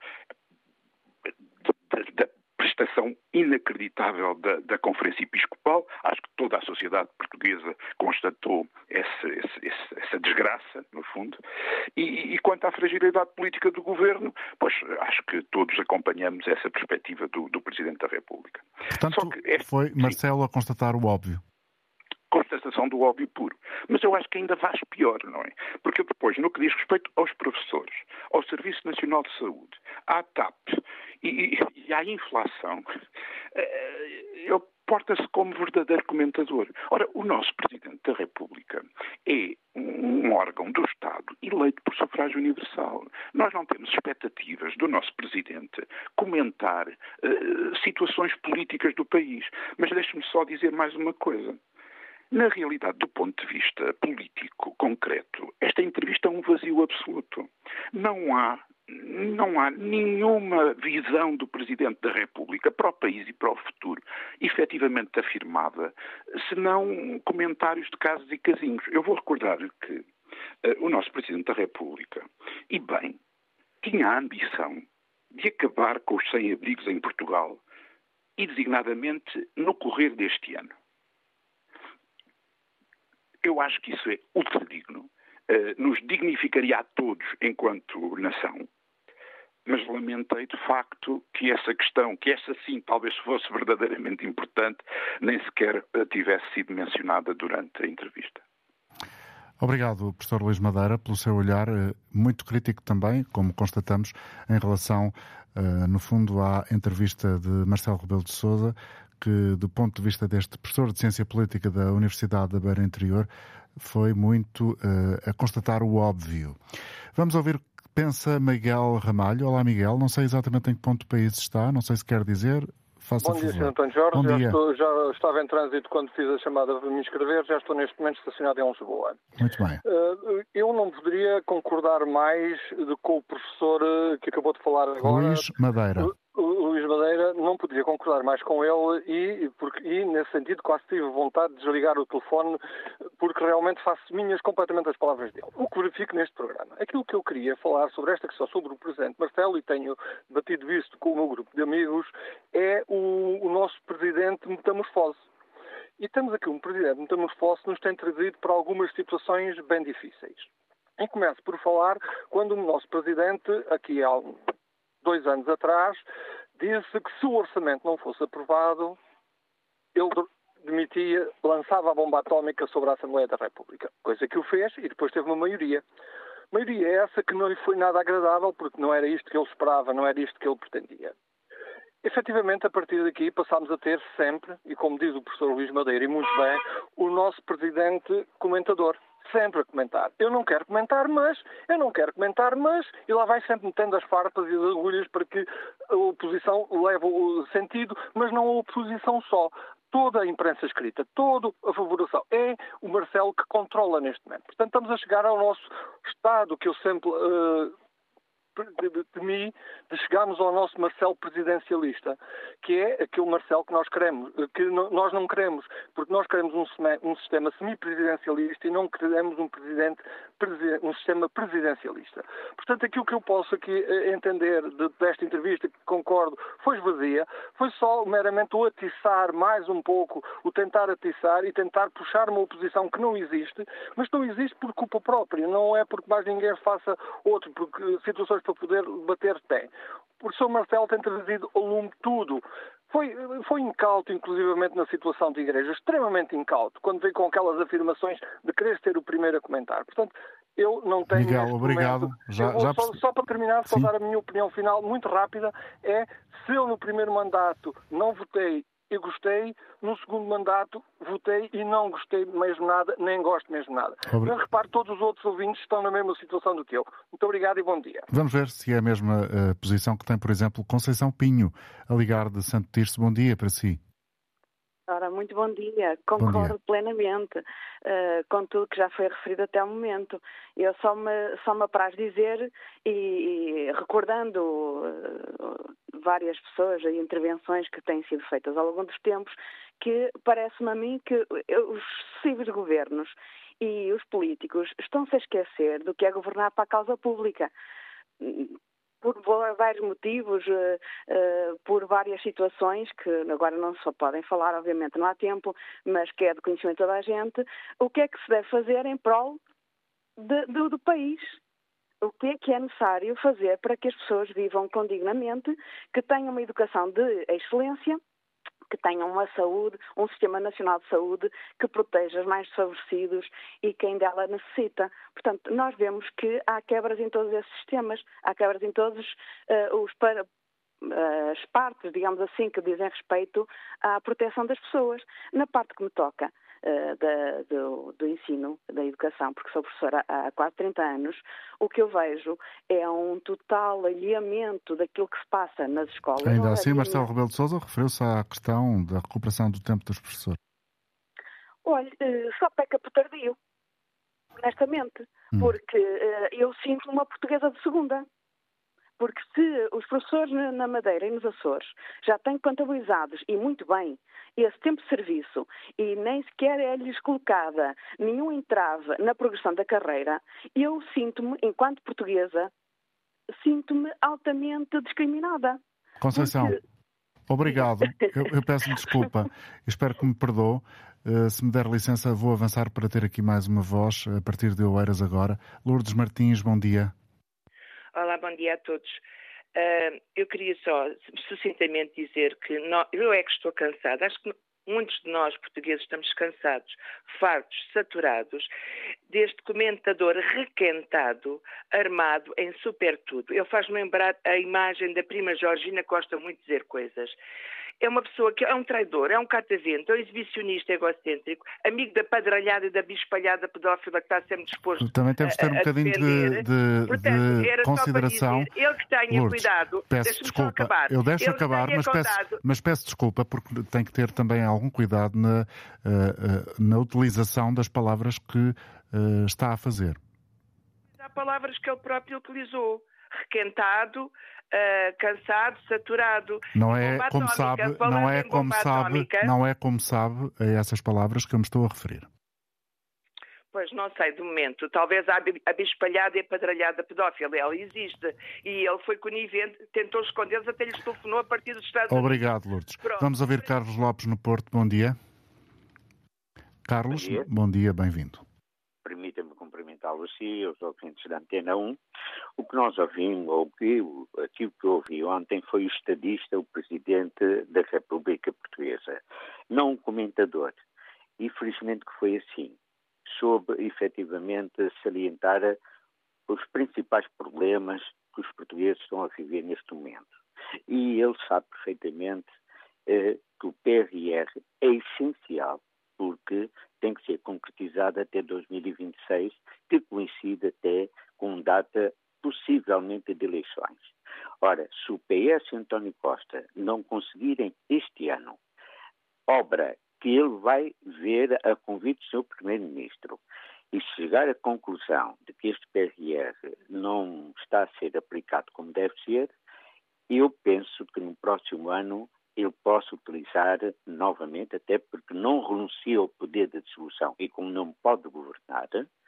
da prestação inacreditável da, da Conferência Episcopal. Acho que toda a sociedade portuguesa constatou essa, essa, essa desgraça, no fundo. E, e quanto à fragilidade política do governo, pois acho que todos acompanhamos essa perspectiva do, do Presidente da República. Portanto, Só que este, foi Marcelo sim, a constatar o óbvio. Constatação do óbvio puro. Mas eu acho que ainda faz pior, não é? Porque depois, no que diz respeito aos professores, ao Serviço Nacional de Saúde, à T A P e, e à inflação, ele porta-se como verdadeiro comentador. Ora, o nosso Presidente da República é um órgão do Estado eleito por sufrágio universal. Nós não temos expectativas do nosso Presidente comentar uh, situações políticas do país. Mas deixe-me só dizer mais uma coisa. Na realidade, do ponto de vista político concreto, esta entrevista é um vazio absoluto. Não há, não há nenhuma visão do Presidente da República para o país e para o futuro efetivamente afirmada, senão comentários de casos e casinhos. Eu vou recordar-lhe que uh, o nosso Presidente da República, e bem, tinha a ambição de acabar com os sem-abrigos em Portugal, e designadamente no correr deste ano. Eu acho que isso é ultradigno, uh, nos dignificaria a todos enquanto nação, mas lamentei de facto que essa questão, que essa sim talvez fosse verdadeiramente importante, nem sequer uh, tivesse sido mencionada durante a entrevista. Obrigado, professor Luís Madeira, pelo seu olhar uh, muito crítico também, como constatamos, em relação, uh, no fundo, à entrevista de Marcelo Rebelo de Sousa, que, do ponto de vista deste professor de Ciência Política da Universidade da Beira Interior, foi muito uh, a constatar o óbvio. Vamos ouvir o que pensa Miguel Ramalho. Olá, Miguel. Não sei exatamente em que ponto do país está, não sei se quer dizer. Faça Bom dia, favor. senhor António Jorge. Bom já, dia. estou, já estava em trânsito quando fiz a chamada para me inscrever, já estou neste momento estacionado em Lisboa. Muito bem. Uh, eu não poderia concordar mais do que o professor que acabou de falar agora. Luís Madeira. O Luís Madeira, não poderia concordar mais com ele e, porque, e, nesse sentido, quase tive vontade de desligar o telefone porque realmente faço minhas completamente as palavras dele. O que verifico neste programa, aquilo que eu queria falar sobre esta questão, sobre o Presidente Marcelo, e tenho debatido isto com o meu grupo de amigos, é o, o nosso Presidente Metamorfose. E temos aqui um Presidente Metamorfose que nos tem trazido para algumas situações bem difíceis. E começo por falar quando o nosso Presidente, aqui há um dois anos atrás, disse que se o orçamento não fosse aprovado, ele demitia, lançava a bomba atómica sobre a Assembleia da República. Coisa que o fez e depois teve uma maioria. Maioria essa que não lhe foi nada agradável, porque não era isto que ele esperava, não era isto que ele pretendia. Efetivamente, a partir daqui passámos a ter sempre, e como diz o professor Luís Madeira, e muito bem, o nosso presidente comentador. Sempre a comentar. Eu não quero comentar, mas, eu não quero comentar, mas, e lá vai sempre metendo as farpas e as agulhas para que a oposição leve o sentido, mas não a oposição só. Toda a imprensa escrita, toda a favoração. É o Marcelo que controla neste momento. Portanto, estamos a chegar ao nosso estado que eu sempre uh, temi, de chegarmos ao nosso Marcelo presidencialista, que é aquele Marcelo que nós queremos, que nós não queremos, porque nós queremos um, um sistema semi-presidencialista e não queremos um, presidente, um sistema presidencialista. Portanto, aquilo que eu posso aqui entender de, desta entrevista, que concordo, foi esvazia, foi só meramente o atiçar mais um pouco, o tentar atiçar e tentar puxar uma oposição que não existe, mas não existe por culpa própria, não é porque mais ninguém faça outro, porque situações para poder bater tem. O professor Marcelo tem trazido ao lume tudo. Foi, foi incauto, inclusivamente, na situação de igreja, extremamente incauto, quando veio com aquelas afirmações de querer ser o primeiro a comentar. Portanto, eu não tenho... Miguel, obrigado. Momento, já, já só, só para terminar, só Sim. dar a minha opinião final, muito rápida, é se eu no primeiro mandato não votei e gostei, no segundo mandato votei e não gostei mesmo nada, nem gosto mesmo nada. Obrig... Mas repare, todos os outros ouvintes estão na mesma situação do que eu. Muito obrigado e bom dia. Vamos ver se é a mesma uh, posição que tem, por exemplo, Conceição Pinho, a ligar de Santo Tirso. Bom dia para si. Ora, muito bom dia. Concordo bom dia. plenamente uh, com tudo que já foi referido até o momento. Eu só me, só me apraz dizer, e, e recordando uh, várias pessoas e intervenções que têm sido feitas ao longo dos tempos, que parece-me a mim que os sucessivos governos e os políticos estão-se a esquecer do que é governar para a causa pública. Por vários motivos, uh, uh, por várias situações, que agora não se podem falar, obviamente não há tempo, mas que é de conhecimento de toda a gente, o que é que se deve fazer em prol de, de, do país? O que é que é necessário fazer para que as pessoas vivam condignamente, que tenham uma educação de excelência, que tenham uma saúde, um sistema nacional de saúde que proteja os mais desfavorecidos e quem dela necessita. Portanto, nós vemos que há quebras em todos esses sistemas, há quebras em todos uh, os para, uh, as partes, digamos assim, que dizem respeito à proteção das pessoas. Na parte que me toca uh, da, do, do ensino, da educação, porque sou professora há quase trinta anos, o que eu vejo é um total alinhamento daquilo que se passa nas escolas. Ainda assim, Marcelo Rebelo de Sousa referiu-se à questão da recuperação do tempo dos professores. Olha, só peca por tardio, honestamente, hum. porque uh, eu sinto uma portuguesa de segunda. Porque se os professores na Madeira e nos Açores já têm contabilizados, e muito bem, esse tempo de serviço, e nem sequer é-lhes colocada nenhum entrave na progressão da carreira, eu sinto-me, enquanto portuguesa, sinto-me altamente discriminada. Conceição, porque... obrigado. Eu, eu peço desculpa. Espero que me perdoe. Uh, se me der licença, vou avançar para ter aqui mais uma voz, a partir de Oeiras agora. Lourdes Martins, bom dia. Olá, bom dia a todos. Uh, eu queria só, sucintamente, dizer que nós, eu é que estou cansada. Acho que muitos de nós, portugueses, estamos cansados, fartos, saturados, deste comentador requentado, armado em super tudo. Ele faz-me lembrar a imagem da prima Georgina, que gosta muito de dizer coisas. é uma pessoa que é um traidor, é um catavento, é um exibicionista egocêntrico, amigo da padralhada e da bispalhada pedófila que está sempre disposto Também temos de ter um a, a bocadinho de, de, Portanto, de era consideração. Só para dizer, ele que tenha Lourdes, cuidado, peço deixe-me desculpa, só acabar. eu deixo ele acabar, mas peço, mas peço desculpa porque tem que ter também algum cuidado na, uh, uh, na utilização das palavras que uh, está a fazer. Há palavras que ele próprio utilizou. Requentado, uh, cansado, saturado. Não é bomba como atómica, sabe, não é como bomba sabe, atómica, não é como sabe a essas palavras que eu me estou a referir. Pois não sei, de momento. Talvez a bispalhada e a padralhada pedófila, ela existe. E ele foi conivente, tentou escondê-los, até lhes telefonou a partir dos Estados Unidos. Obrigado, Lourdes. Pronto. Vamos ouvir Carlos Lopes no Porto. Bom dia. Carlos, bom dia, bom dia, bem-vindo. Permita-me cumprimentá-lo assim, os ouvintes da Antena um. O que nós ouvimos, ou que, aquilo que eu ouvi ontem foi o estadista, o Presidente da República Portuguesa, não um comentador. E felizmente que foi assim. Soube efetivamente salientar os principais problemas que os portugueses estão a viver neste momento. E ele sabe perfeitamente eh, que o P R R é essencial, porque tem que ser concretizado até dois mil e vinte e seis, que coincide até com data possivelmente de eleições. Ora, se o P S e António Costa não conseguirem este ano obra que ele vai ver a convite do seu Primeiro-Ministro e chegar à conclusão de que este P R R não está a ser aplicado como deve ser, eu penso que no próximo ano ele possa utilizar novamente, até porque não renuncia ao poder de dissolução e como não pode governar,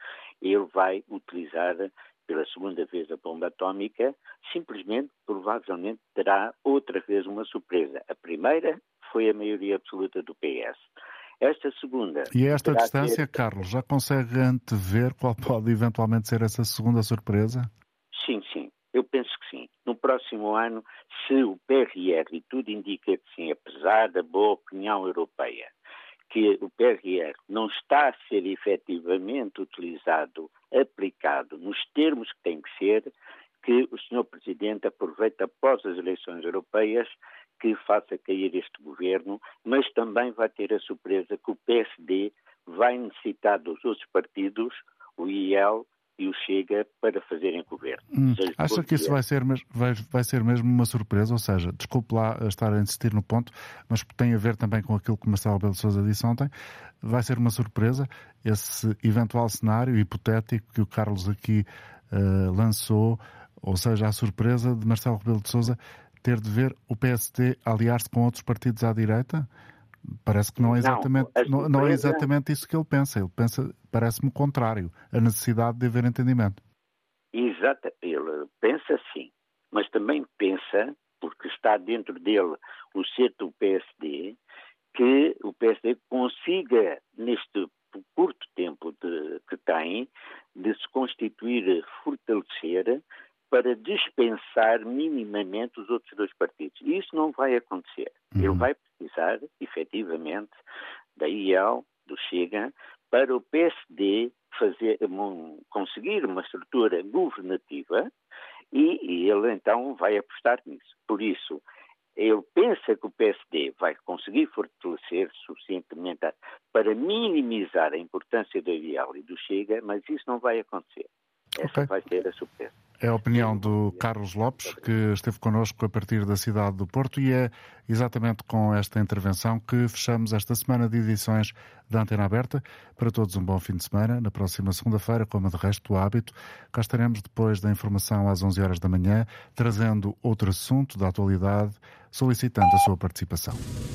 ele vai utilizar pela segunda vez a bomba atómica, simplesmente, provavelmente, terá outra vez uma surpresa. A primeira foi a maioria absoluta do P S. Esta segunda... E a esta distância, ter... Carlos, já consegue antever qual pode eventualmente ser essa segunda surpresa? Sim, sim. Eu penso que sim. No próximo ano, se o P R R, e tudo indica que sim, apesar da boa opinião europeia, que o P R R não está a ser efetivamente utilizado, aplicado nos termos que tem que ser, que o senhor Presidente aproveite após as eleições europeias que faça cair este governo, mas também vai ter a surpresa que o P S D vai necessitar dos outros partidos, o I L e o Chega, para fazerem governo. Hum, acha que isso vai ser, vai, vai ser mesmo uma surpresa? Ou seja, desculpe lá estar a insistir no ponto, mas tem a ver também com aquilo que Marcelo Rebelo de Sousa disse ontem. Vai ser uma surpresa esse eventual cenário hipotético que o Carlos aqui uh, lançou, ou seja, a surpresa de Marcelo Rebelo de Sousa ter de ver o P S D aliar-se com outros partidos à direita? Parece que não é exatamente, não, surpresa... não é exatamente isso que ele pensa. Ele pensa, parece-me o contrário, a necessidade de haver entendimento. Exato, ele pensa sim, mas também pensa, porque está dentro dele o certo do P S D, que o P S D consiga, neste curto tempo de, que tem, de se constituir, fortalecer, para dispensar minimamente os outros dois partidos. E isso não vai acontecer. Uhum. Ele vai precisar, efetivamente, da I L, do Chega, para o P S D fazer, um, conseguir uma estrutura governativa e, e ele então vai apostar nisso. Por isso, ele pensa que o P S D vai conseguir fortalecer suficientemente para minimizar a importância da I L e do Chega, mas isso não vai acontecer. Essa okay. vai ser a surpresa. É a opinião do Carlos Lopes, que esteve connosco a partir da cidade do Porto, e é exatamente com esta intervenção que fechamos esta semana de edições da Antena Aberta. Para todos um bom fim de semana. Na próxima segunda-feira, como de resto do hábito, cá estaremos depois da informação às onze horas da manhã, trazendo outro assunto da atualidade, solicitando a sua participação.